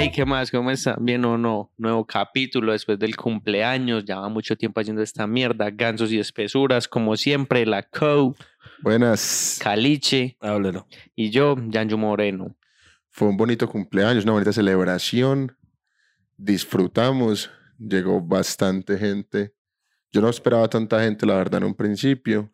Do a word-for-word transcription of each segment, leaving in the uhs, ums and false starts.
Hey, ¿qué más? ¿Cómo están? ¿Bien o no? Nuevo capítulo después del cumpleaños. Lleva mucho tiempo haciendo esta mierda. Gansos y espesuras, como siempre. La Co, Buenas. Caliche Háblelo. y yo, Yanju Moreno. Fue un bonito cumpleaños, una bonita celebración. Disfrutamos. Llegó bastante gente. Yo no esperaba tanta gente, la verdad, en un principio.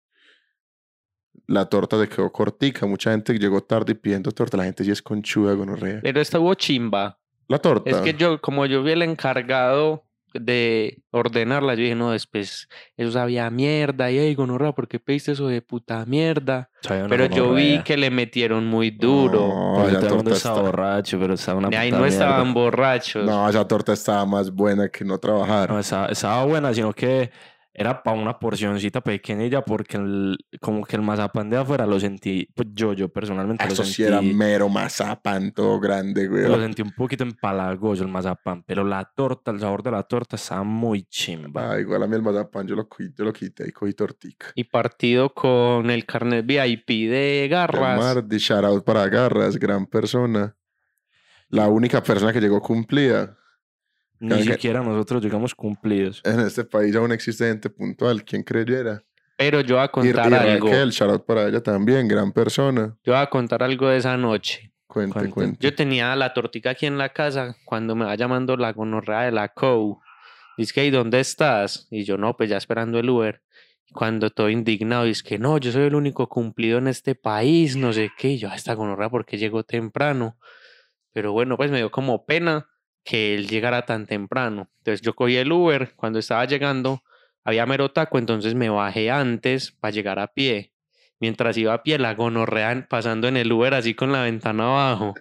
La torta se quedó cortica. Mucha gente llegó tarde y pidiendo torta. La gente sí es conchuda, gonorrea. Pero estuvo chimba. La torta. Es que yo, como yo vi el encargado de ordenarla, yo dije, no, después eso sabía a mierda. Y hey, gonorrea, ¿por qué pediste eso de puta mierda? Sabía una Pero yo vi gonorrea. que le metieron muy duro. No, Porque esa todo el mundo torta estaba está... borracho, pero estaba una De ahí puta no mierda. estaban borrachos. No, esa torta estaba más buena que no trabajar. No, estaba, estaba buena, sino que era para una porcioncita pequeñilla porque el, como que el mazapán de afuera lo sentí, pues yo, yo personalmente Eso lo sí sentí, era mero mazapán todo grande, güey. lo sentí un poquito empalagoso el mazapán, pero la torta, el sabor de la torta estaba muy chimba. Ah, igual a mí el mazapán yo lo, qui- yo lo quité y cogí tortica. Y partido con el carnet V I P de De Garras. Mardi, shout out para Garras, gran persona. La única persona que llegó cumplida. Ni Cada que- siquiera nosotros llegamos cumplidos. En este país aún existe gente puntual, ¿quién creyera? Pero yo voy a Y, contar y algo. Raquel, shout out para ella también, gran persona. Yo voy a contar algo de esa noche. Cuente, Cuente. cuente. Yo tenía la tortica aquí en la casa cuando me va llamando la gonorrea de la Co. Dice que, ¿y dónde estás? Y yo, no, pues ya esperando el Uber. Cuando todo indignado, dice que no, yo soy el único cumplido en este país, no sé qué. Y yo, "Ah, esta gonorrea, ¿por qué llegó temprano?" Pero bueno, pues me dio como pena que él llegara tan temprano. Entonces yo cogí el Uber. Cuando estaba llegando, había mero taco, entonces me bajé antes para llegar a pie. Mientras iba a pie, la gonorrea pasando en el Uber así con la ventana abajo.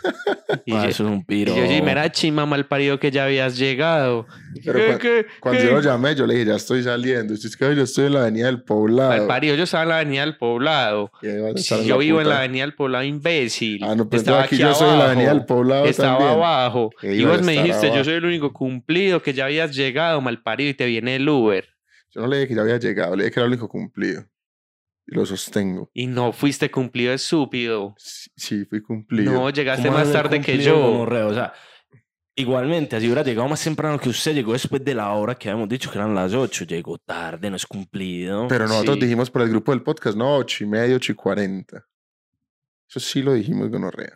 Y, Ah, yo, eso es un y piro. yo, sí, me era chima mal parido que ya habías llegado. Pero ¿Qué, cua- qué, Cuando qué? yo lo llamé, yo le dije, ya estoy saliendo. Usted es que yo estoy en la avenida del Mal Poblado. parido, yo estaba en la avenida del Poblado. Y ahí vas a estar Si en yo vivo en puta- la avenida del Poblado, imbécil. Ah, no, pues Estaba aquí aquí yo abajo. soy en la avenida del Poblado Estaba también. abajo. Que Y iba a vos me estar dijiste, yo abajo. soy el único cumplido, que ya habías llegado, mal parido, y te viene el Uber. Yo no le dije que ya había llegado, le dije que era el único cumplido. Y lo sostengo. Y no fuiste cumplido, estúpido. Sí, sí, fui cumplido. No, llegaste ¿Cómo más hacer tarde que cumplido, yo. gonorrea? O sea, igualmente, así hubiera llegado más temprano que usted, llegó después de la hora que habíamos dicho que eran las ocho. Llegó tarde, no es cumplido. Pero nosotros Sí. dijimos por el grupo del podcast, no, ocho y media, ocho y cuarenta. Eso sí lo dijimos, gonorrea.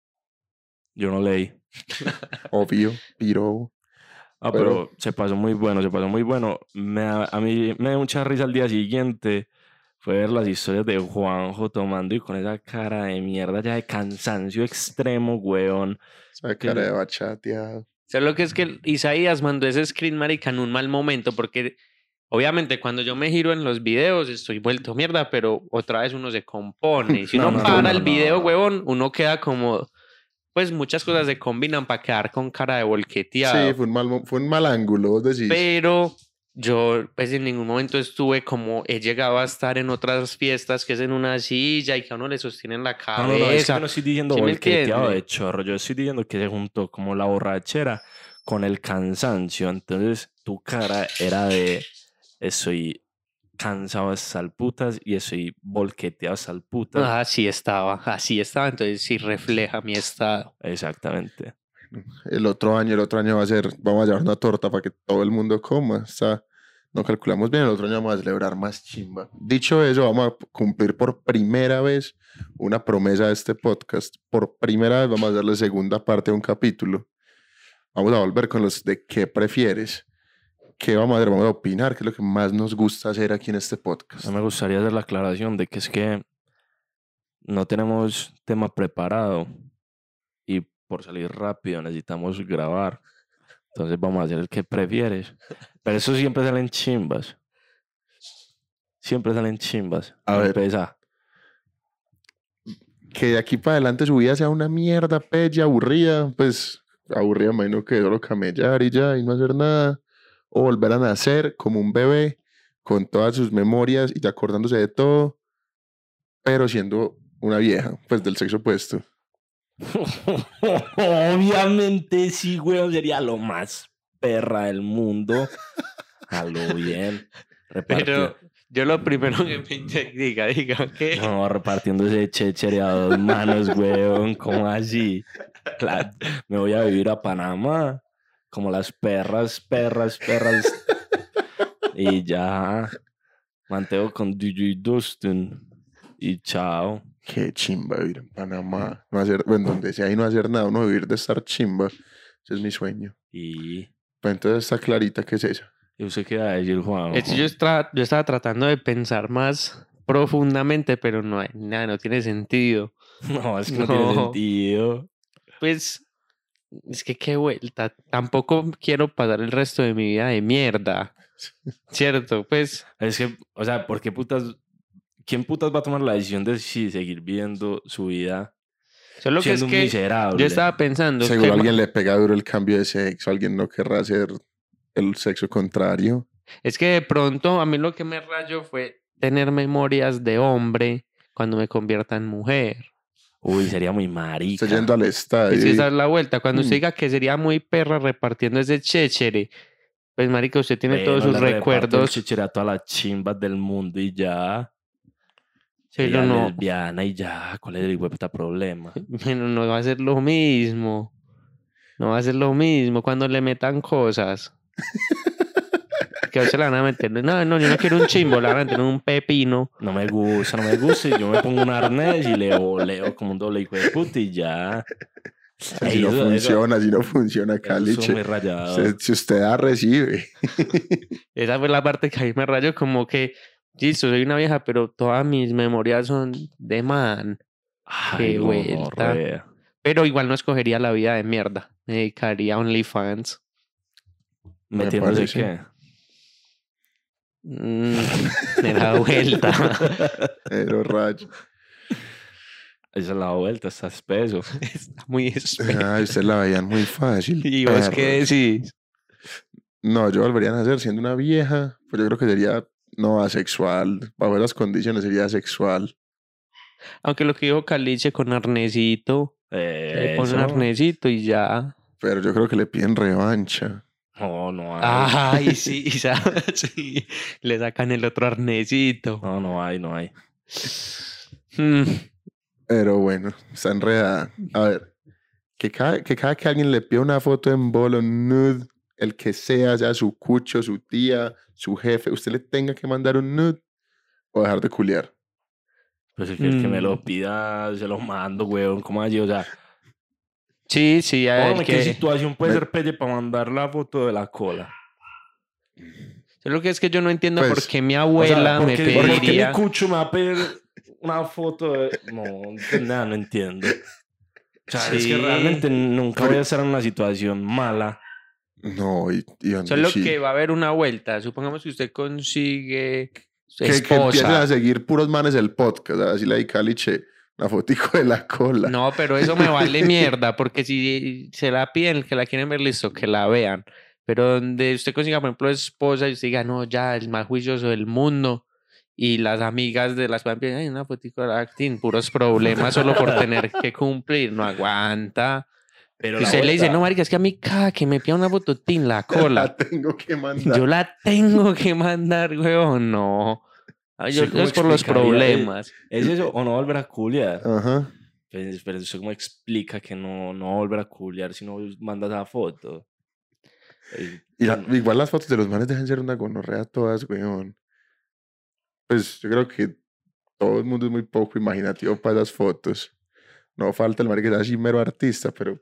Yo no leí. Obvio, piro. Ah, Pero- pero se pasó muy bueno, se pasó muy bueno. Me, da- a mí me dio mucha risa al día siguiente. Fue ver las historias de Juanjo tomando y con esa cara de mierda ya de cansancio extremo, weón. Esa cara de bachateado. Solo que es que Isaías mandó ese screen, marica, en un mal momento, porque obviamente cuando yo me giro en los videos estoy vuelto mierda, pero otra vez uno se compone. Y si No, uno no, para no, el no, video, no. huevón, uno queda como... Pues muchas cosas se combinan para quedar con cara de volqueteado. Sí, fue un mal, mo- fue un mal ángulo, vos decís. Pero yo pues en ningún momento estuve como he llegado a estar en otras fiestas que es en una silla y que a uno le sostienen la No, cabeza. no, no, es que yo no estoy diciendo ¿Sí me volqueteado entiende? de chorro. Yo estoy diciendo que se juntó como la borrachera con el cansancio. Entonces tu cara era de estoy cansado hasta el putas y estoy volqueteado hasta el putas. Ah, así estaba, así estaba, entonces sí refleja mi estado. Exactamente. El otro año, el otro año va a ser, vamos a llevar una torta para que todo el mundo coma. O sea, no calculamos bien, el otro año vamos a celebrar más chimba. Dicho eso, vamos a cumplir por primera vez una promesa de este podcast. Por primera vez vamos a darle segunda parte de un capítulo. Vamos a volver con los de qué prefieres. ¿Qué vamos a hacer? Vamos a opinar, qué es lo que más nos gusta hacer aquí en este podcast. No me gustaría hacer la aclaración de que es que no tenemos tema preparado y por salir rápido necesitamos grabar. Entonces vamos a hacer el que prefieres. Pero eso siempre salen chimbas. Siempre salen chimbas. A ver. Empezá. Que de aquí para adelante su vida sea una mierda, pella, aburrida, pues aburrida, imagino que solo camellar y ya, y no hacer nada. O volver a nacer como un bebé, con todas sus memorias y acordándose de todo, pero siendo una vieja, pues del sexo opuesto. Obviamente sí, weón. Sería lo más perra del mundo. A lo bien. Repartido. Pero Yo lo primero que pensé, diga, diga, ¿qué? No, repartiendo ese chéchere a dos manos, weón. ¿Cómo así? La- me voy a vivir a Panamá. Como las perras, perras, perras. Y ya. Manteo con D J Dustin. Y chao. Qué chimba vivir en Panamá. No hacer, bueno, donde sea y no hacer nada, uno vivir de estar chimba. Ese es mi sueño. Y. Pues entonces está clarita que es esa. ¿Y usted qué va a decir, Juan? Es que yo, estra- yo estaba tratando de pensar más profundamente, pero no, hay- nada, no tiene sentido. No, es que no, tiene No. sentido. Pues, es que qué vuelta. Tampoco quiero pasar el resto de mi vida de mierda. ¿Cierto? Pues, Es que, o sea, ¿por qué putas? ¿Quién putas va a tomar la decisión de si seguir viviendo su vida solo que es siendo un que miserable? yo estaba pensando Seguro que a ma- alguien le pega duro el cambio de sexo. Alguien no querrá hacer el sexo contrario. es que de pronto a mí lo que me rayó fue tener memorias de hombre cuando me convierta en mujer. Uy, sería muy marica. Estoy yendo al estadio. Es que y- esa es la vuelta. Cuando usted Mm. diga que sería muy perra repartiendo ese chéchere, pues marica, usted tiene Bueno, todos sus le reparto el recuerdos, chichero a todas las chimbas del mundo y ya. pero Sería no, lesbiana y ya. ¿Cuál es el hueputa problema? bueno, no va a ser lo mismo. No va a ser lo mismo cuando le metan cosas. Que a usted le van a meter, no, no, yo no quiero un chimbo, le van a meter un pepino. No me gusta, no me gusta. Y yo me pongo un arnés y le voleo como un doble hijo de puta y ya. Si Ey, no eso- eso- funciona, si no funciona, eso Caliche. son muy rayados. Usted- si usted da, recibe. Esa fue la parte que a mí me rayó, como que, listo, soy una vieja, pero todas mis memorias son de man. Ay, qué vuelta. gonorrea. Pero igual no escogería la vida de mierda. Me dedicaría a OnlyFans. Me ¿Metiéndose parece. qué? Mm, me da vuelta. Pero rayo. Esa es la vuelta, está espeso. Está muy espeso. Ay, usted la veían muy fácil. ¿Y vos qué perros. decís? No, yo volvería a nacer siendo una vieja. Pues yo creo que sería no asexual. Bajo esas condiciones sería asexual. Aunque lo que dijo Caliche con arnesito, le pone un Eso. arnesito y ya. Pero yo creo que le piden revancha. No, no hay. Ay, sí, ¿sabes? Sí. Le sacan el otro arnesito. No, no hay, no hay. Mm, Pero bueno, está enredada. A ver, que cada, que cada que alguien le pida una foto en bolo, nude, el que sea, sea su cucho, su tía, su jefe, usted le tenga que mandar un nude o dejar de culiar. Pues el que, el que me lo Mm. pida, se lo mando, weón. ¿Cómo así? O sea, Sí, sí, a ver póngame qué que... situación puede Me- ser pelle para mandar la foto de la cola. Lo que es que yo no entiendo Pues, por qué mi O sea, abuela ¿por me qué- por qué pediría... mi cucho me va a pedir una foto de... No, nada, no entiendo. O sea, es Sí. que realmente nunca voy a estar en una situación mala. No, y, y donde Solo sí. que va a haber una vuelta. Supongamos que usted consigue que, que empiecen a esposa. seguir puros manes el podcast. Así le di Caliche una fotico de la cola. No, pero eso me vale mierda, porque si se la piden, que la quieren ver, listo, que la vean. Pero donde usted consiga, por ejemplo, esposa y usted diga, no, ya, el más juicioso del mundo, y las amigas de las van piden, ay, una fotico de la acting, puros problemas solo por tener que cumplir, no aguanta. Pero Y la usted le dice, vuelta- no, marica, es que a mí cada que me pida una fototín, la cola, La tengo que mandar. yo la tengo que mandar, weón, no. Ay, yo, Sí, ¿cómo es por los explicaría? problemas. ¿Es eso o no volver a culiar? Ajá. Pues, pero eso cómo explica que no, no va a volver a culiar si no mandas la foto. Eh, Y la- igual las fotos de los manes dejan ser una gonorrea todas, weón. Pues yo creo que todo el mundo es muy poco imaginativo para esas fotos. No falta el marica que sea así mero artista, pero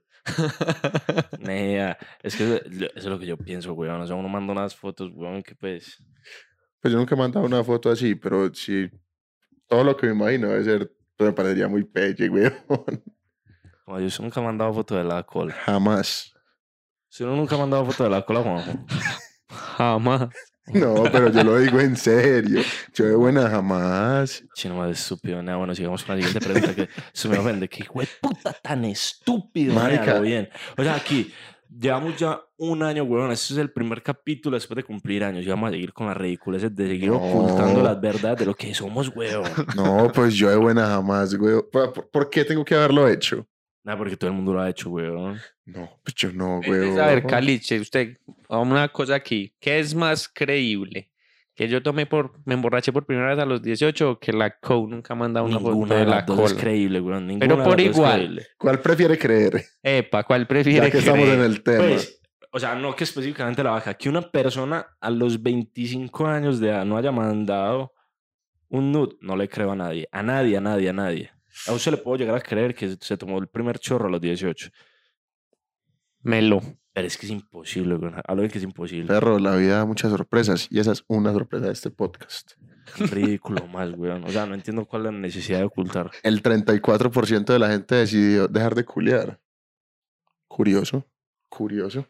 nea, es que eso, eso es lo que yo pienso, weón. O sea, uno manda unas fotos, weón, que pues... pues yo nunca he mandado una foto así, pero sí, todo lo que me imagino debe ser, pues me parecería muy pelle, weón. Como yo nunca he mandado foto de la cola. Jamás. Si uno nunca ha mandado foto de la cola, Juanjo. Jamás. No, pero yo lo digo en serio. Yo de buena jamás. Chino más estúpido, nea. Bueno, sigamos con la siguiente pregunta que se me ofende. ¿Qué hijo de puta tan estúpido, nea? Marica. Lo bien. O sea, aquí llevamos ya un año, weón. Este es el primer capítulo después de cumplir años. Y vamos a seguir con las ridiculeces de seguir No. ocultando las verdades de lo que somos, weón. No, pues yo de buena jamás, weón. ¿Por, por- por qué tengo que haberlo hecho? Nada, porque todo el mundo lo ha hecho, weón. No, pues yo no, Entonces, weón. a ver, Caliche, usted, una cosa aquí. ¿Qué es más creíble? Que yo tomé por, me emborraché por primera vez a los dieciocho, o que la C O U nunca ha mandado una foto Ninguna de de la las dos es cola. creíble, weón. Ninguna Pero de por las dos es igual. creíble. ¿Cuál prefiere creer? Epa, ¿cuál Ya prefiere que estamos en creer? el tema. Pues, o sea, no que específicamente la vaca, que una persona a los veinticinco años de edad no haya mandado un nude, no le creo a nadie. A nadie, a nadie, a nadie. A usted le puedo llegar a creer que se tomó el primer chorro a los dieciocho. Melo. Pero es que es imposible, güey. Hablo de que es imposible. Perro, la vida da muchas sorpresas y esa es una sorpresa de este podcast. Ridículo más, güey. O sea, no entiendo cuál es la necesidad de ocultar. El treinta y cuatro por ciento de la gente decidió dejar de culiar. Curioso, curioso.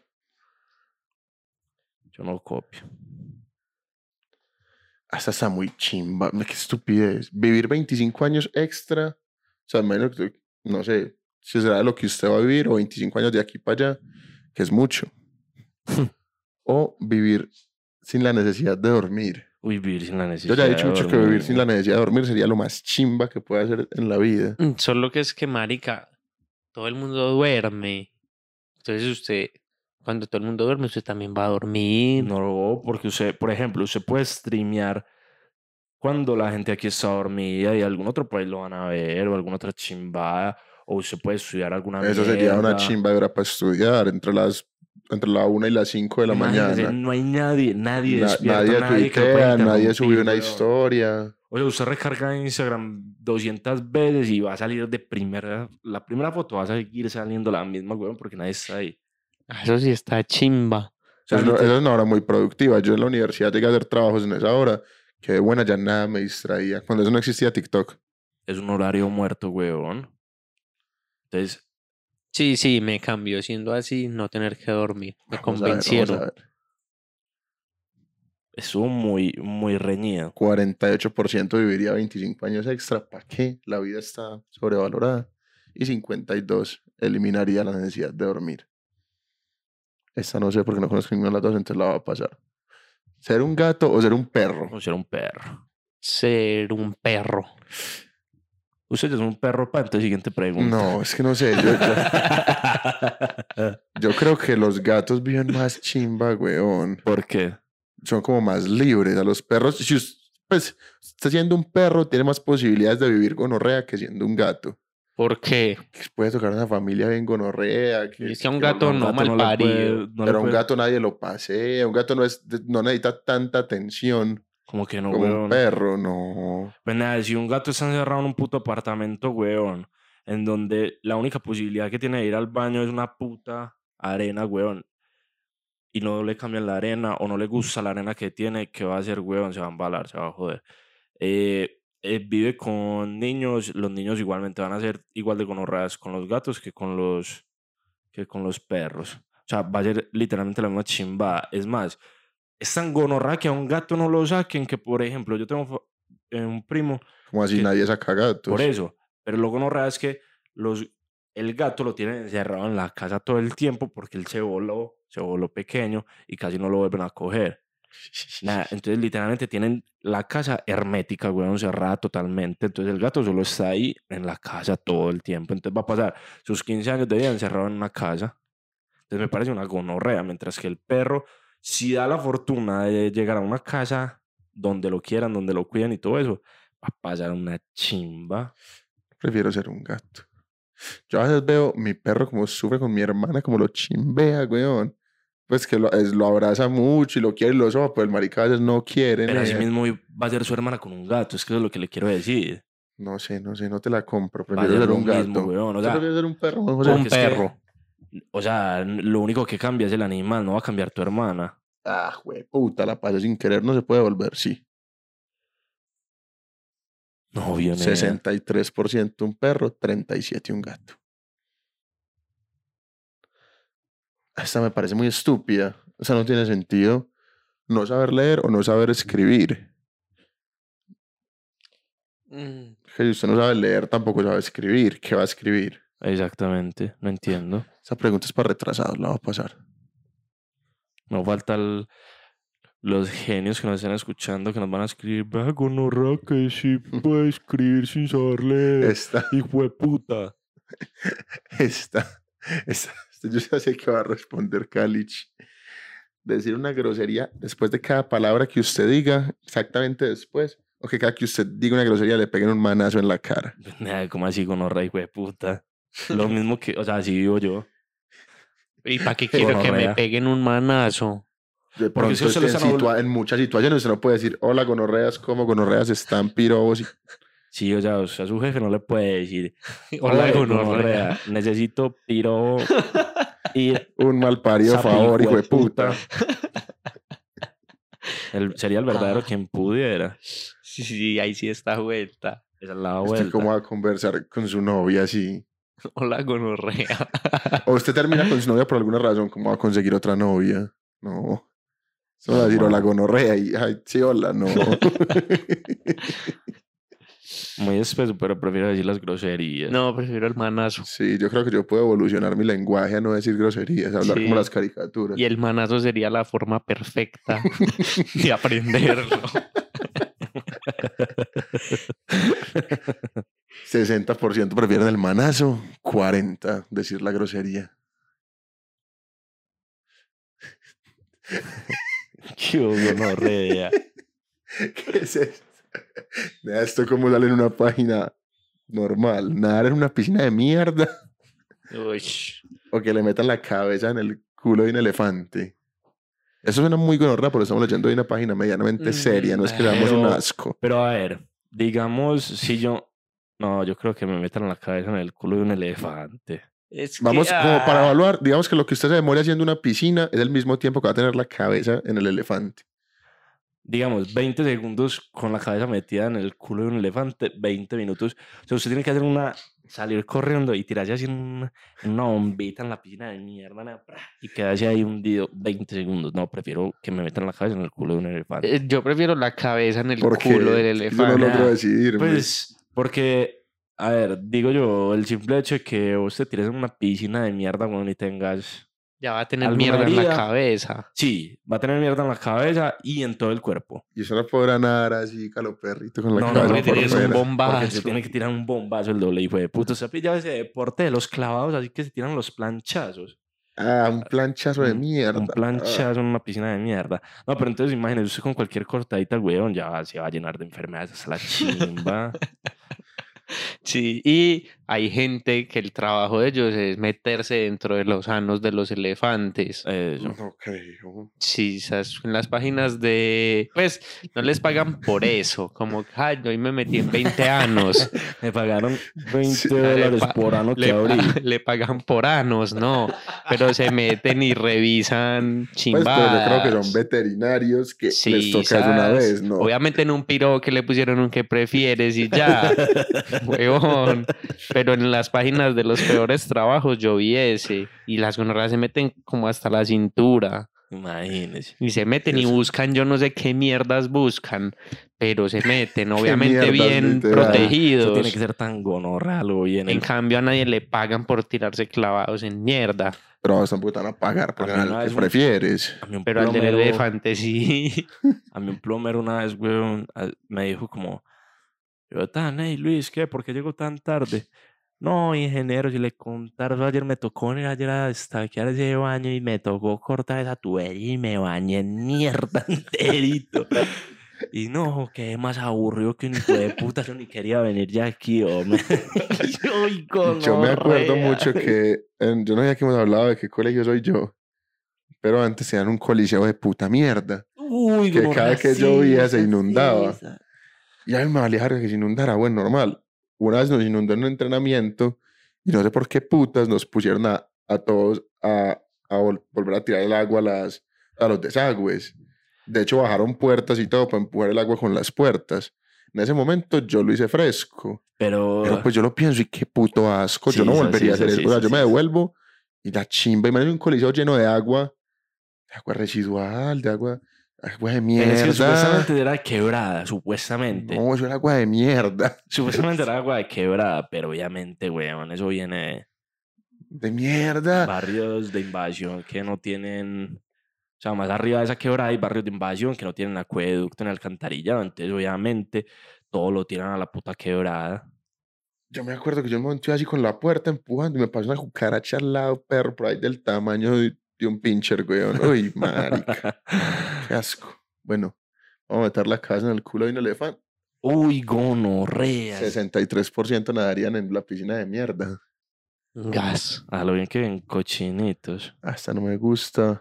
Yo no copio. Hasta está muy chimba. Qué estupidez. Vivir veinticinco años extra. O sea, menos que, no sé si será lo que usted va a vivir o veinticinco años de aquí para allá, que es mucho. O vivir sin la necesidad de dormir. Uy, vivir sin la Yo necesidad. ya he dicho de mucho que vivir dormir. sin la necesidad de dormir sería lo más chimba que puede hacer en la vida. Mm, Solo que es que, marica, todo el mundo duerme. Entonces usted, cuando todo el mundo duerme, usted también va a dormir. No, porque usted, por ejemplo, usted puede streamear cuando la gente aquí está dormida y algún otro país lo van a ver o alguna otra chimbada. O usted puede estudiar alguna Eso sería una mierda. chimba de hora para estudiar entre las entre la una y las cinco de la Imagínese, mañana. no hay nadie, nadie Na- despierto, nadie nadie que lo pueda tuitea, nadie interrumpir, subió una weón. historia. O sea, usted recarga Instagram doscientas veces y va a salir de primera, la primera foto va a seguir saliendo la misma, weón, porque nadie está ahí. Ah, Eso sí está chimba. O sea, Eso, no- literal- eso es una hora muy productiva. Yo en la universidad llegué a hacer trabajos en esa hora, que de buena ya nada me distraía. Cuando eso no existía TikTok. es un horario muerto, weón. Entonces, Sí, sí, me cambió siendo así, no tener que dormir. Me Vamos a ver, vamos convencieron. a ver. estuvo muy, muy reñido. cuarenta y ocho por ciento viviría veinticinco años extra. ¿Para qué? La vida está sobrevalorada. Y cincuenta y dos por ciento eliminaría la necesidad de dormir. Esta no sé porque no conozco ninguna de las dos, entonces la va a pasar. ¿Ser un gato o ser un perro? O ser un perro. Ser un perro. Usted es un perro, pa, entonces siguiente pregunta. No, es que no sé. Yo, yo, yo creo que los gatos viven más chimba, weón. ¿Por qué? Son como más libres. A los perros, si usted, pues, está siendo un perro, tiene más posibilidades de vivir gonorrea que siendo un gato. ¿Por qué? Que puede tocar una familia bien gonorrea. Que, Es que a un que gato Un no, gato mal no le parido. puede- no le pero a un puede- gato nadie lo pasea. Un gato no, es, no necesita tanta atención Como que no, como un weón. perro, no. Pues nada, si un gato está encerrado en un puto apartamento, weón, en donde la única posibilidad que tiene de ir al baño es una puta arena, weón, y no le cambian la arena o no le gusta la arena que tiene, ¿qué va a hacer, weón? Se va a embalar, se va a joder. Eh, eh, vive con niños, los niños igualmente van a ser igual de gonorreas con los gatos que con los, que con los perros. O sea, va a ser literalmente la misma chimba. Es más, es tan gonorrea que a un gato no lo saquen que, por ejemplo, yo tengo fa- eh, un primo Como así que- nadie saca gatos. por eso. Pero lo gonorrea es que los, el gato lo tienen encerrado en la casa todo el tiempo porque él se voló, se voló pequeño y casi no lo vuelven a coger. Nada, entonces literalmente tienen la casa hermética, weón, cerrada totalmente. Entonces el gato solo está ahí en la casa todo el tiempo. Entonces va a pasar sus quince años de vida encerrado en una casa. Entonces me parece una gonorrea, mientras que el perro, si da la fortuna de llegar a una casa donde lo quieran, donde lo cuidan y todo eso, va a pasar una chimba. Prefiero ser un gato. Yo a veces veo mi perro como sufre con mi hermana, como lo chimbea, weón. Pues que lo, es- lo abraza mucho y lo quiere y lo soba, pero el marica a veces no quiere. Pero ni- así mismo va a ser su hermana con un gato, es que eso es lo que le quiero decir. No sé, no sé, no te la compro. Va a Prefiero ser ser lo un gato. mismo, weón. O ¿Tú sea, prefieres ser un perro, Juan José? Un porque es que- perro. o sea, n- lo único que cambia es el animal, no va a cambiar tu hermana. Ah, güey, puta, la pasa sin querer, no se puede volver, sí. No, bien. sesenta y tres por ciento un perro, treinta y siete por ciento un gato. Esta me parece muy estúpida. O sea, no tiene sentido no saber leer o no saber escribir. Mm, Que si usted no sabe leer, tampoco sabe escribir. ¿Qué va a escribir? Exactamente, no entiendo. Esa pregunta es para retrasados, la va a pasar. No falta el- los genios que nos estén escuchando que nos van a escribir, vea gonorrea que sí puede escribir sin saber leer. Esta, Hijo de puta. esta, esta, esta, yo ya sé que va a responder Kalich. decir una grosería después de cada palabra que usted diga, exactamente después, o que cada que usted diga una grosería le peguen un manazo en la cara? Nah, ¿cómo así gonorrea, hijo de puta? Lo mismo que, o sea, así vivo yo. ¿Y para qué quiero que me Gonorrea. peguen un manazo? De Porque pronto si usted es lo que en, están habl- situa- en muchas situaciones usted no puede decir, hola, gonorreas, como gonorreas están pirobos. Y... Sí, o sea, o sea, a su jefe no le puede decir, Hola, "Oye, gonorrea". necesito piro y Un mal parido sapi, favor, hijo de hijueputa". puta. El, sería el verdadero Ah. quien pudiera. Sí, sí, ahí sí está vuelta. Esa es la ¿Usted cómo vuelta. va a conversar con su novia así? Hola, gonorrea. O usted termina con su novia por alguna razón, ¿cómo va a conseguir otra novia? No. Solo va a decir hola, Normal. gonorrea y, ay, sí, hola, no. Muy espeso, pero prefiero decir las groserías. No, prefiero el manazo. Sí, yo creo que yo puedo evolucionar mi lenguaje a no decir groserías, a hablar como Sí. las caricaturas. Y el manazo sería la forma perfecta de aprenderlo. sesenta por ciento prefieren el manazo, cuarenta por ciento decir la grosería. Qué gonorrea. ¿Qué es esto? Vea esto cómo sale en una página normal. Nadar en una piscina de mierda Uy. o que le metan la cabeza en el culo de un elefante. Eso suena muy gonorrea, pero estamos leyendo de una página medianamente seria. No es que seamos un Pero- asco. Pero a ver, digamos, si yo... No, yo creo que me metan la cabeza en el culo de un elefante. Es Vamos, que, como para ah, evaluar, digamos que lo que usted se demore haciendo una piscina es el mismo tiempo que va a tener la cabeza en el elefante. Digamos, veinte segundos con la cabeza metida en el culo de un elefante, veinte minutos. O sea, usted tiene que hacer una... Salir corriendo y tirarse así en una, en una bombita en la piscina de mierda, ¿no? Y quedarse ahí hundido veinte segundos. No, prefiero que me metan la cabeza en el culo de un elefante. eh, yo prefiero la cabeza en el Porque culo del es que yo no elefante. logro decidirme. Pues, porque, a ver, digo yo, el simple hecho de que vos te tires en una piscina de mierda cuando ni tengas... Ya va a tener ¿Alguna mierda en la herida? cabeza. Sí, va a tener mierda en la cabeza y en todo el cuerpo. Y usted no podrá nadar así, caloperrito, con la No, no, cabeza porque por tienes un fuera. bombazo. Porque se tiene que tirar un bombazo el doble hijo de puta. ¿Usted ha pillado ese deporte de los clavados así que se tiran los planchazos? Ah, un planchazo de Un- mierda. Un Ah. planchazo en una piscina de mierda. No, pero entonces imagínese usted con cualquier cortadita, weón, ya se va a llenar de enfermedades hasta la chimba. Sí, y hay gente que el trabajo de ellos es meterse dentro de los anos de los elefantes. Eso. No creo. Sí, esas- en las páginas de... Pues no les pagan por eso, como, ay, hoy me metí en veinte anos. Me pagaron veinte Sí, Le dólares pa- por ano le, que abrí. pa- le pagan por anos, no, pero se meten y revisan Pues, chimbadas. pero yo creo que son veterinarios que Sí, les toca eso una sas. vez, ¿no? Obviamente en un piro que le pusieron un que prefieres y ya, huevón. Pero en las páginas de los peores trabajos yo vi ese y las gonorreas se meten como hasta la cintura Imagínese. y se meten y Eso. buscan, yo no sé qué mierdas buscan, pero se meten, obviamente mierdas, bien literal. protegidos. Eso tiene que ser tan gonorrea lo bien. En cambio a nadie le pagan por tirarse clavados en mierda, Pero vos tampoco te van a pagar porque A mí al una que vez un- prefieres. A mí un pero al del plomero- elefante sí. A mí un plomero una vez, weón, a- me dijo como, yo, tan, hey Luis, ¿qué? ¿Por qué llegó tan tarde? No, ingeniero, si le contaron, ayer me tocó venir ayer a destaquear ese baño y me tocó cortar esa tubería y me bañé en mierda enterito. Y no, qué más aburrido que un hijo de puta, yo ni quería venir ya aquí, hombre. Yo, "Ay, Yo me acuerdo gonorrea". mucho que, en- yo no sé que hemos hablado de qué colegio soy yo, pero antes tenían un coliseo de puta mierda. Uy, que cada gonorrea, que sí, llovía se esa, inundaba. sí, esa. Y a mí me valía verga que se inundara, bueno, normal. Una vez nos inundó en un entrenamiento y no sé por qué putas nos pusieron a, a todos a, a vol- volver a tirar el agua a, las, a los desagües. De hecho, bajaron puertas y todo para empujar el agua con las puertas. En ese momento yo lo hice fresco. Pero, Pero pues yo lo pienso y qué puto asco. Sí, yo no sí, volvería a sí, hacer sí, eso. O sea, sí, yo sí, me sí. devuelvo y la chimba. Imagínate un coliseo lleno de agua. De agua residual, de agua, agua de pero mierda. es que supuestamente era quebrada, supuestamente. No, eso era agua de mierda. Supuestamente era agua de quebrada, pero obviamente, weón, eso viene De de mierda. barrios de invasión que no tienen, o sea, más arriba de esa quebrada hay barrios de invasión que no tienen acueducto ni alcantarillado, entonces obviamente todo lo tiran a la puta quebrada. Yo me acuerdo que yo me monté así con la puerta empujando y me pasó una cucaracha al lado, perro, por ahí del tamaño de, de un pincher, weón. Uy, marica. Qué asco. Bueno, vamos a meter la cabeza en el culo de un elefante. Uy, gonorrea. sesenta y tres por ciento nadarían en la piscina de mierda. Gas. A lo bien que ven cochinitos. Hasta no me gusta.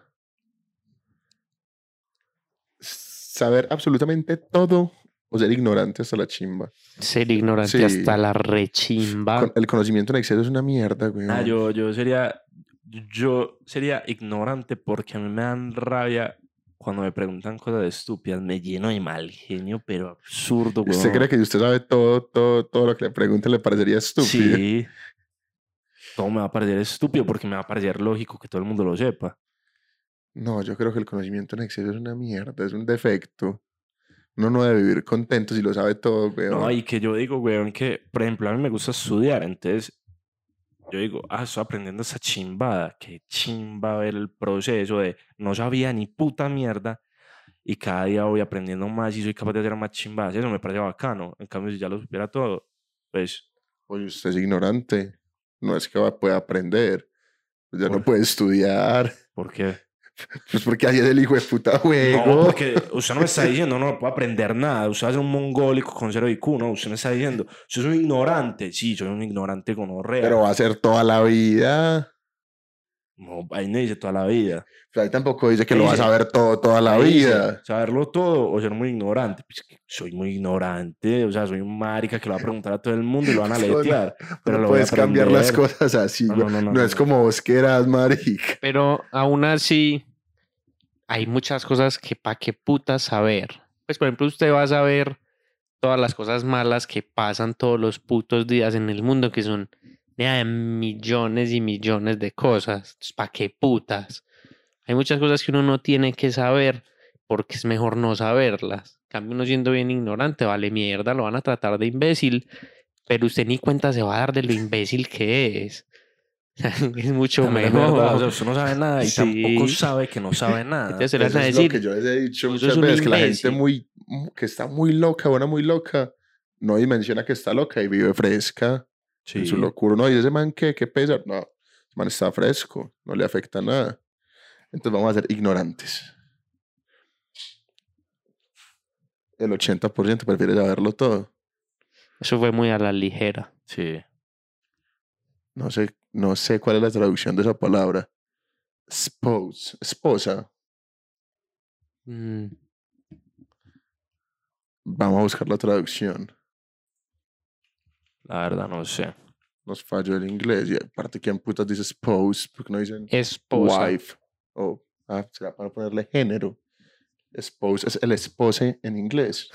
Saber absolutamente todo o ser ignorante hasta la chimba. Ser ignorante Sí. hasta la rechimba. Con- el conocimiento en exceso es una mierda, güey. Ah, yo, yo sería. Yo sería ignorante porque a mí me dan rabia cuando me preguntan cosas estúpidas. Me lleno de mal genio, pero absurdo, güey. ¿Usted cree que si usted sabe todo, todo, todo lo que le pregunten le parecería estúpido? Sí. Todo me va a parecer estúpido porque me va a parecer lógico que todo el mundo lo sepa. No, yo creo que el conocimiento en exceso es una mierda, es un defecto. Uno no debe vivir contento si lo sabe todo, güey. No, y que yo digo, weón, que, por ejemplo, a mí me gusta estudiar, entonces yo digo, ah, estoy aprendiendo esa chimbada, qué chimba ver el proceso de no sabía ni puta mierda y cada día voy aprendiendo más y soy capaz de hacer más chimbadas, eso me parece bacano. En cambio, si ya lo supiera todo, pues, Oye, usted es ignorante. No es que va, pueda aprender. Ya no Por- puede estudiar. ¿por qué? Pues porque ahí es el hijo de puta juego. No, porque usted no me está diciendo, no, no puedo aprender nada, usted va a ser un mongólico con cero I Q, no, usted me está diciendo, usted es un ignorante, sí, soy un ignorante gonorrea. Pero va a ser toda la vida. No, ahí no dice toda la vida. O sea, ahí tampoco dice que Ahí lo va a dice- saber todo, toda la Ahí dice, vida. saberlo todo o ser muy ignorante. Pues que soy muy ignorante, o sea, soy un marica que lo va a preguntar a todo el mundo y lo van a No, no, letear. Pero no lo voy a puedes cambiar las aprender. cosas así, No, güey. no, No, no, no, es no. como vos que eras, marica. Pero aún así, hay muchas cosas que pa' qué putas saber. Pues, por ejemplo, usted va a saber todas las cosas malas que pasan todos los putos días en el mundo, que son nea, millones y millones de cosas. Entonces, ¿pa' qué putas? Hay muchas cosas que uno no tiene que saber porque es mejor no saberlas. En cambio, uno siendo bien ignorante, vale mierda, lo van a tratar de imbécil, pero usted ni cuenta se va a dar de lo imbécil que es. Es mucho También es mejor. verdad, o sea, usted no sabe nada y Sí. tampoco sabe que no sabe nada. Entonces se le Eso van a es lo decir, que yo les he dicho "Vos muchas sos un veces, que la gente imbécil". muy, que está muy loca, buena muy loca, no dimensiona que está loca y vive fresca en su Sí. locura. No, y ese man, ¿qué? ¿Qué pesa? No, ese man está fresco, no le afecta nada. Entonces vamos a ser ignorantes. El ochenta por ciento prefiere saberlo todo. Eso fue muy a la ligera. Sí. No sé, no sé cuál es la traducción de esa palabra. Spouse, esposa. Mm, Vamos a buscar la traducción. La verdad, no sé. Nos falló el inglés. Y aparte, ¿quién putas dice spouse? Porque no dicen esposa. wife. Oh, ah, será para ponerle género. Spouse es el espose en inglés.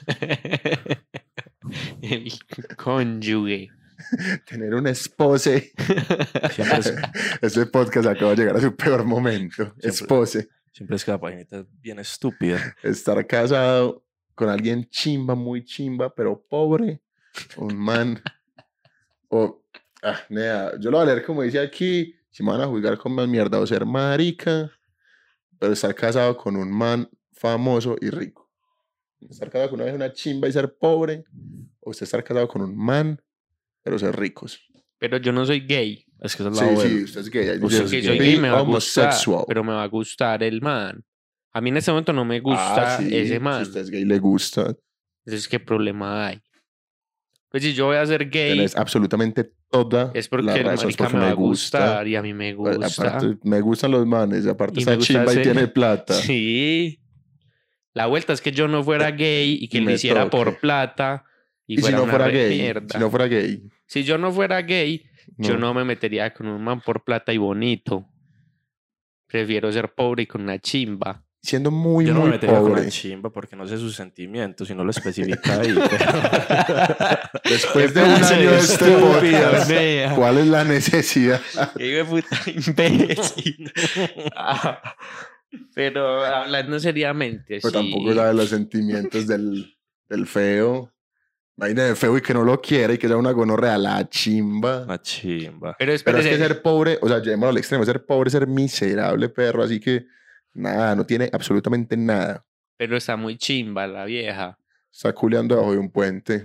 El cónyuge. Tener un espose. Siempre es, Este podcast acaba de llegar a su peor momento. Espose. siempre es que la paginita es bien estúpida. Estar casado con alguien chimba, muy chimba, pero pobre. Un man. O, ah, nea, yo lo voy a leer como dice aquí. Si me van a juzgar con más mierda o ser marica, pero estar casado con un man famoso y rico. Estar casado con una vez una chimba y ser pobre, o usted estar casado con un man, pero ser ricos. Pero yo no soy gay. Es que esa es Sí, la buena. sí, usted es gay. ahí Usted dice, es Que soy gay. gay me va a gustar. homosexual. Pero me va a gustar el man. A mí en este momento no me gusta Ah, sí, ese Si man. usted es gay, le gusta. Entonces, ¿qué problema hay? Pues si yo voy a ser gay, Tenés absolutamente toda es porque la el razón. Es marica porque me va me a gusta. gustar y a mí me Pues, gusta. aparte, me gustan los manes. Aparte, Y me está gusta chimba y ese- tiene plata. Sí. La vuelta es que yo no fuera gay y que Y lo me hiciera toque. por plata y, Y si fuera no una fuera re gay, mierda. si no fuera gay, Si yo no fuera gay, yo no. no me metería con un man por plata y bonito. Prefiero ser pobre y con una chimba. Siendo muy, Yo no me muy metería con pobre. la chimba porque no sé sus sentimientos y no lo especifica ahí. pero- Después de Qué un pedazo año de este estúpido, podcast, nea. ¿cuál es la necesidad? Qué hijo de puta imbécil. Ah, pero hablando seriamente, Pues sí. tampoco sabe los sentimientos del, del feo. Imagínate feo y que no lo quiera y que sea una gonorrea, la chimba. Una chimba. Pero Pero espérese, es que ser pobre, o sea, llevémoslo al extremo, ser pobre es ser miserable, perro, así que nada, no tiene absolutamente nada. pero está muy chimba la vieja. Está culeando bajo de un puente,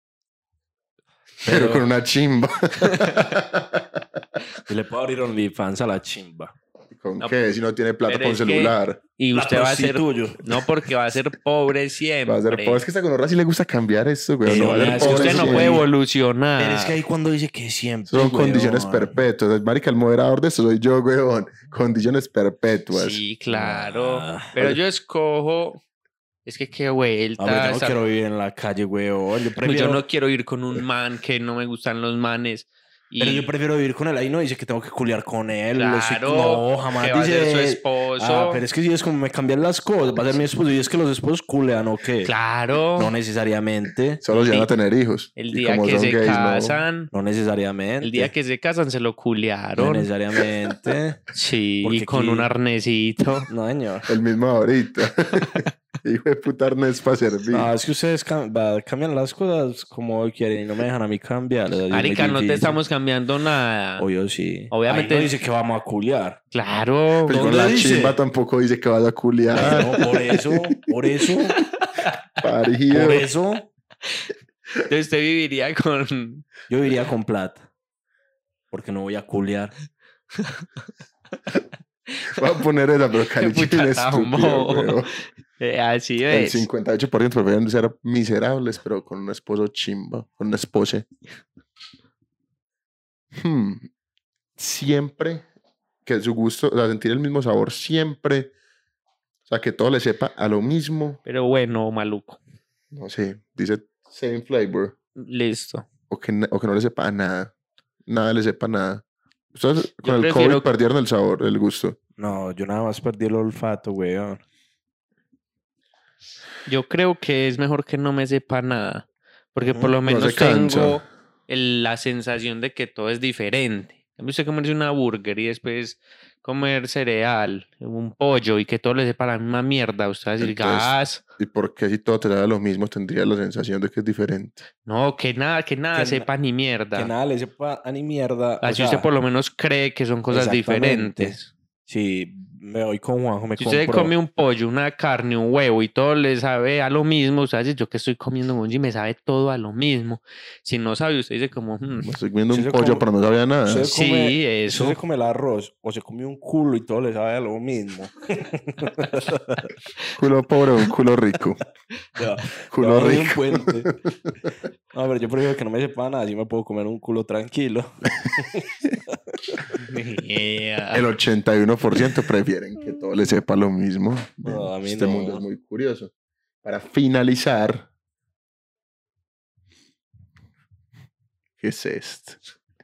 pero, Pero- con una chimba. Y le puedo abrir OnlyFans a la chimba. ¿Con No, qué? Si no tiene plata pero con es que- celular. Y La usted va a ser... prostituyo. No, porque va a ser pobre siempre. Va a ser pobre. Es que esta gonorrea sí le gusta cambiar esto, güey. Pero No va a nada, ser es que pobre Usted no sí. puede siempre. evolucionar. Pero es que ahí cuando dice que siempre. Son weón. condiciones perpetuas. Marica, el moderador de esto soy yo, weón. Condiciones perpetuas. Sí, claro. Ah. Pero yo escojo... Es que qué vuelta. Hombre, yo no estar- quiero vivir en la calle, weón. Yo Yo prefiero, no quiero ir con un man que no me gustan los manes. Y pero yo prefiero vivir con él. Ahí no dice que tengo que culiar con él. Lo soy- claro, no, jamás que va a dice. ser su esposo. Ah, pero es que si es como me cambian las cosas, va a ser mi esposo. Y es que los esposos culean o qué. Claro. No necesariamente. Solo El llegan di- a tener hijos. El Y día como que son se gays, no. casan, No necesariamente. el día que se casan se lo No culiaron. necesariamente. Sí, Porque y con aquí- un arnesito. No, señor. El mismo ahorita. Hijo de puta arnés para servir. No, es que ustedes cam- va- cambian las cosas como quieren y no me dejan a mí cambiar. Marica, no te estamos cambiando nada. O yo sí. Obviamente- Ahí no dice que vamos a culiar. Claro. Pero con ¿dónde la dice? chimba tampoco dice que vas a culiar. No, por eso, por eso, Parido. por eso, Entonces usted viviría con... yo iría con plata. Porque no voy a culiar. Voy a poner esa, pero Calichi Puta es estúpido, tambo. weón. Eh, así El es. cincuenta y ocho por ciento prefieren ser miserables, pero con un esposo chimba, con una esposa. Hmm. Siempre que su gusto, o sea, sentir el mismo sabor siempre, o sea, que todo le sepa a lo mismo, Pero bueno, maluco. no sé, dice same flavor, Listo. o que, na- o que no le sepa a nada, nada le sepa a nada. Ustedes con Yo el prefiero- COVID perdieron el sabor, el gusto. No, yo nada más perdí el olfato, weón. Yo creo que es mejor que no me sepa nada. Porque por lo No menos se cansa. tengo el- la sensación de que todo es diferente. A mí usted comerse una burger y después comer cereal, un pollo y que todo le sepa la misma mierda. Usted va a decir, Entonces, gas. ¿Y por qué si todo te da lo mismo tendrías la sensación de que es diferente? No, que nada, que nada Que na- sepa ni mierda. Que nada le sepa a ni mierda. o Así sea, usted por lo menos cree que son cosas exactamente. diferentes. Sí, me voy con Juanjo, me Si usted compro. come un pollo, una carne, un huevo y todo le sabe a lo mismo, usted dice, yo que estoy comiendo un y me sabe todo a lo mismo. Si no sabe, usted dice como, "Hmm, Me estoy comiendo Sí, un se pollo, come- pero no sabía nada. se sí, come- eso. Se come el arroz o se come un culo y todo le sabe a lo mismo. Culo pobre o un culo rico. Ya, Culo debajo de un rico. puente. No, pero yo prefiero que no me sepa nada, así me puedo comer un culo tranquilo. Yeah. El ochenta y uno por ciento prefieren que todo les sepa lo mismo. No, a mí este no. mundo es muy curioso. Para finalizar, ¿qué es esto?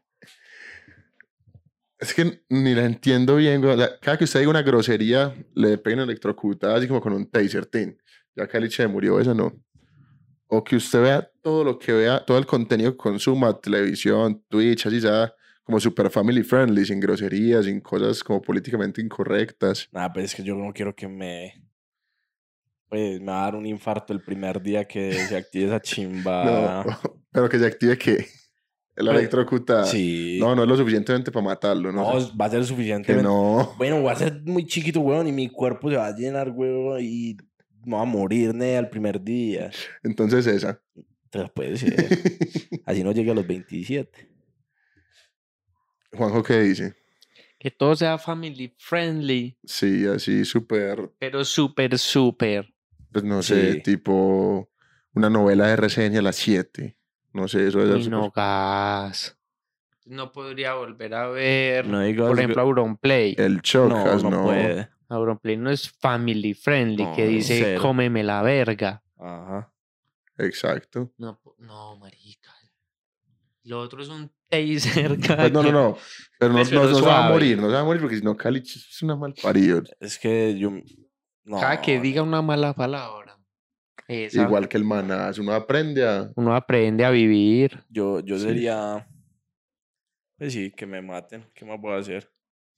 Es que ni la entiendo bien, güey. O sea, cada que usted diga una grosería, le peguen electrocutada así como con un taser, tin. Ya Caliche murió, eso no. O que usted vea todo lo que vea, todo el contenido que consuma, televisión, Twitch, así sea, como super family friendly, sin groserías, sin cosas como políticamente incorrectas. Nada, pero es que yo no quiero que me... Pues me va a dar un infarto el primer día que se active esa chimba. No, pero que se active que la Pues, electrocutada. Sí. No, no es lo suficientemente para matarlo, ¿no? No, sé. va a ser Que suficientemente... no. Bueno, voy a ser muy chiquito, weón, y mi cuerpo se va a llenar, weón, y me va a morir, ne, al primer día. Entonces esa. Entonces puede ser. Así no llegue a los veintisiete. Juanjo, ¿qué dice? Que todo sea family friendly, Sí, así súper, pero súper, súper. pues no sé, Sí. tipo una novela de reseña a las siete. No sé, eso es Y no gas. No podría volver a ver, No digas por ejemplo, Auronplay. el No, chocas, no, no. puede. Auronplay no es family friendly, No, que dice cero. cómeme la verga. Ajá. Exacto. No, po- no, marica. Lo otro es un taser. cada Pues no, no, que- no. Pero no, Pues, no, pero no se va a suave. morir, no se va a morir porque si no, Cali es una mal parido. Es que yo... No. Cada que diga una mala palabra. esa, Igual que el manas, uno aprende a. Uno aprende a vivir. Yo, yo Sí. sería... Pues sí, que me maten. ¿Qué más puedo hacer?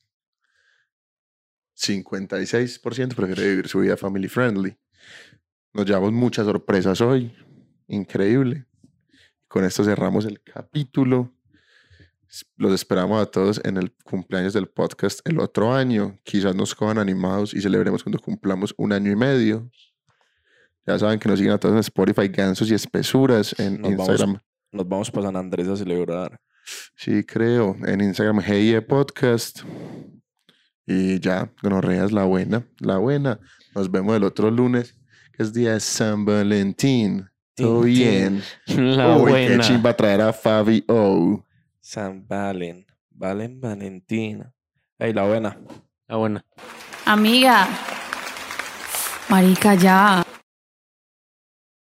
cincuenta y seis por ciento prefiere vivir su vida family friendly. Nos llevamos muchas sorpresas hoy. Increíble. Con esto cerramos el capítulo. Los esperamos a todos en el cumpleaños del podcast el otro año. Quizás nos cojan animados y celebremos cuando cumplamos un año y medio. Ya saben que nos siguen a todos en Spotify, Gansos y Espesuras, en Nos vamos- Instagram. Nos vamos para San Andrés a celebrar. Sí, creo. En Instagram, Hey Podcast. Y ya, gonorrea es la buena, la buena. Nos vemos el otro lunes, que es día de San Valentín. Todo Tin, tin. bien. La Uy, qué buena. chimba traer a Fabi O. San Valen. Valen Valentina. Ey, la buena. La buena. Amiga. Marica, ya.